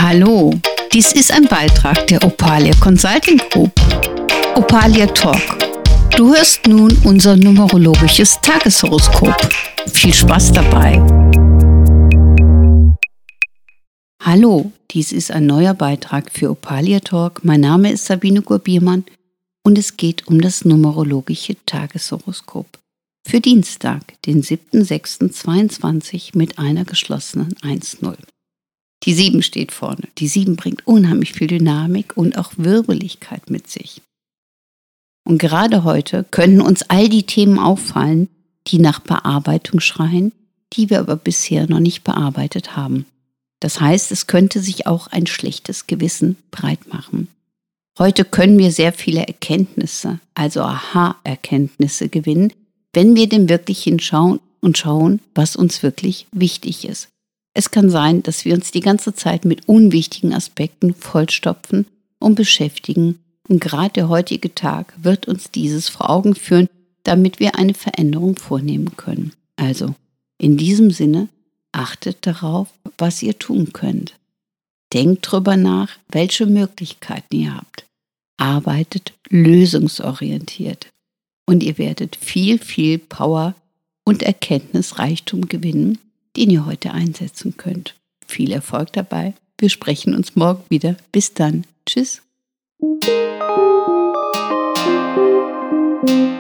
Hallo, dies ist ein Beitrag der Opalia Consulting Group. Opalia Talk. Du hörst nun unser numerologisches Tageshoroskop. Viel Spaß dabei. Hallo, dies ist ein neuer Beitrag für Opalia Talk. Mein Name ist Sabine Gurbiermann und es geht um das numerologische Tageshoroskop. Für Dienstag, den 7.6.22 mit einer geschlossenen 1-0. Die 7 steht vorne. Die 7 bringt unheimlich viel Dynamik und auch Wirbeligkeit mit sich. Und gerade heute können uns all die Themen auffallen, die nach Bearbeitung schreien, die wir aber bisher noch nicht bearbeitet haben. Das heißt, es könnte sich auch ein schlechtes Gewissen breit machen. Heute können wir sehr viele Erkenntnisse, also Aha-Erkenntnisse gewinnen, wenn wir denn wirklich hinschauen und schauen, was uns wirklich wichtig ist. Es kann sein, dass wir uns die ganze Zeit mit unwichtigen Aspekten vollstopfen und beschäftigen. Und gerade der heutige Tag wird uns dieses vor Augen führen, damit wir eine Veränderung vornehmen können. Also, in diesem Sinne, achtet darauf, was ihr tun könnt. Denkt drüber nach, welche Möglichkeiten ihr habt. Arbeitet lösungsorientiert. Und ihr werdet viel Power und Erkenntnisreichtum gewinnen, den ihr heute einsetzen könnt. Viel Erfolg dabei. Wir sprechen uns morgen wieder. Bis dann. Tschüss.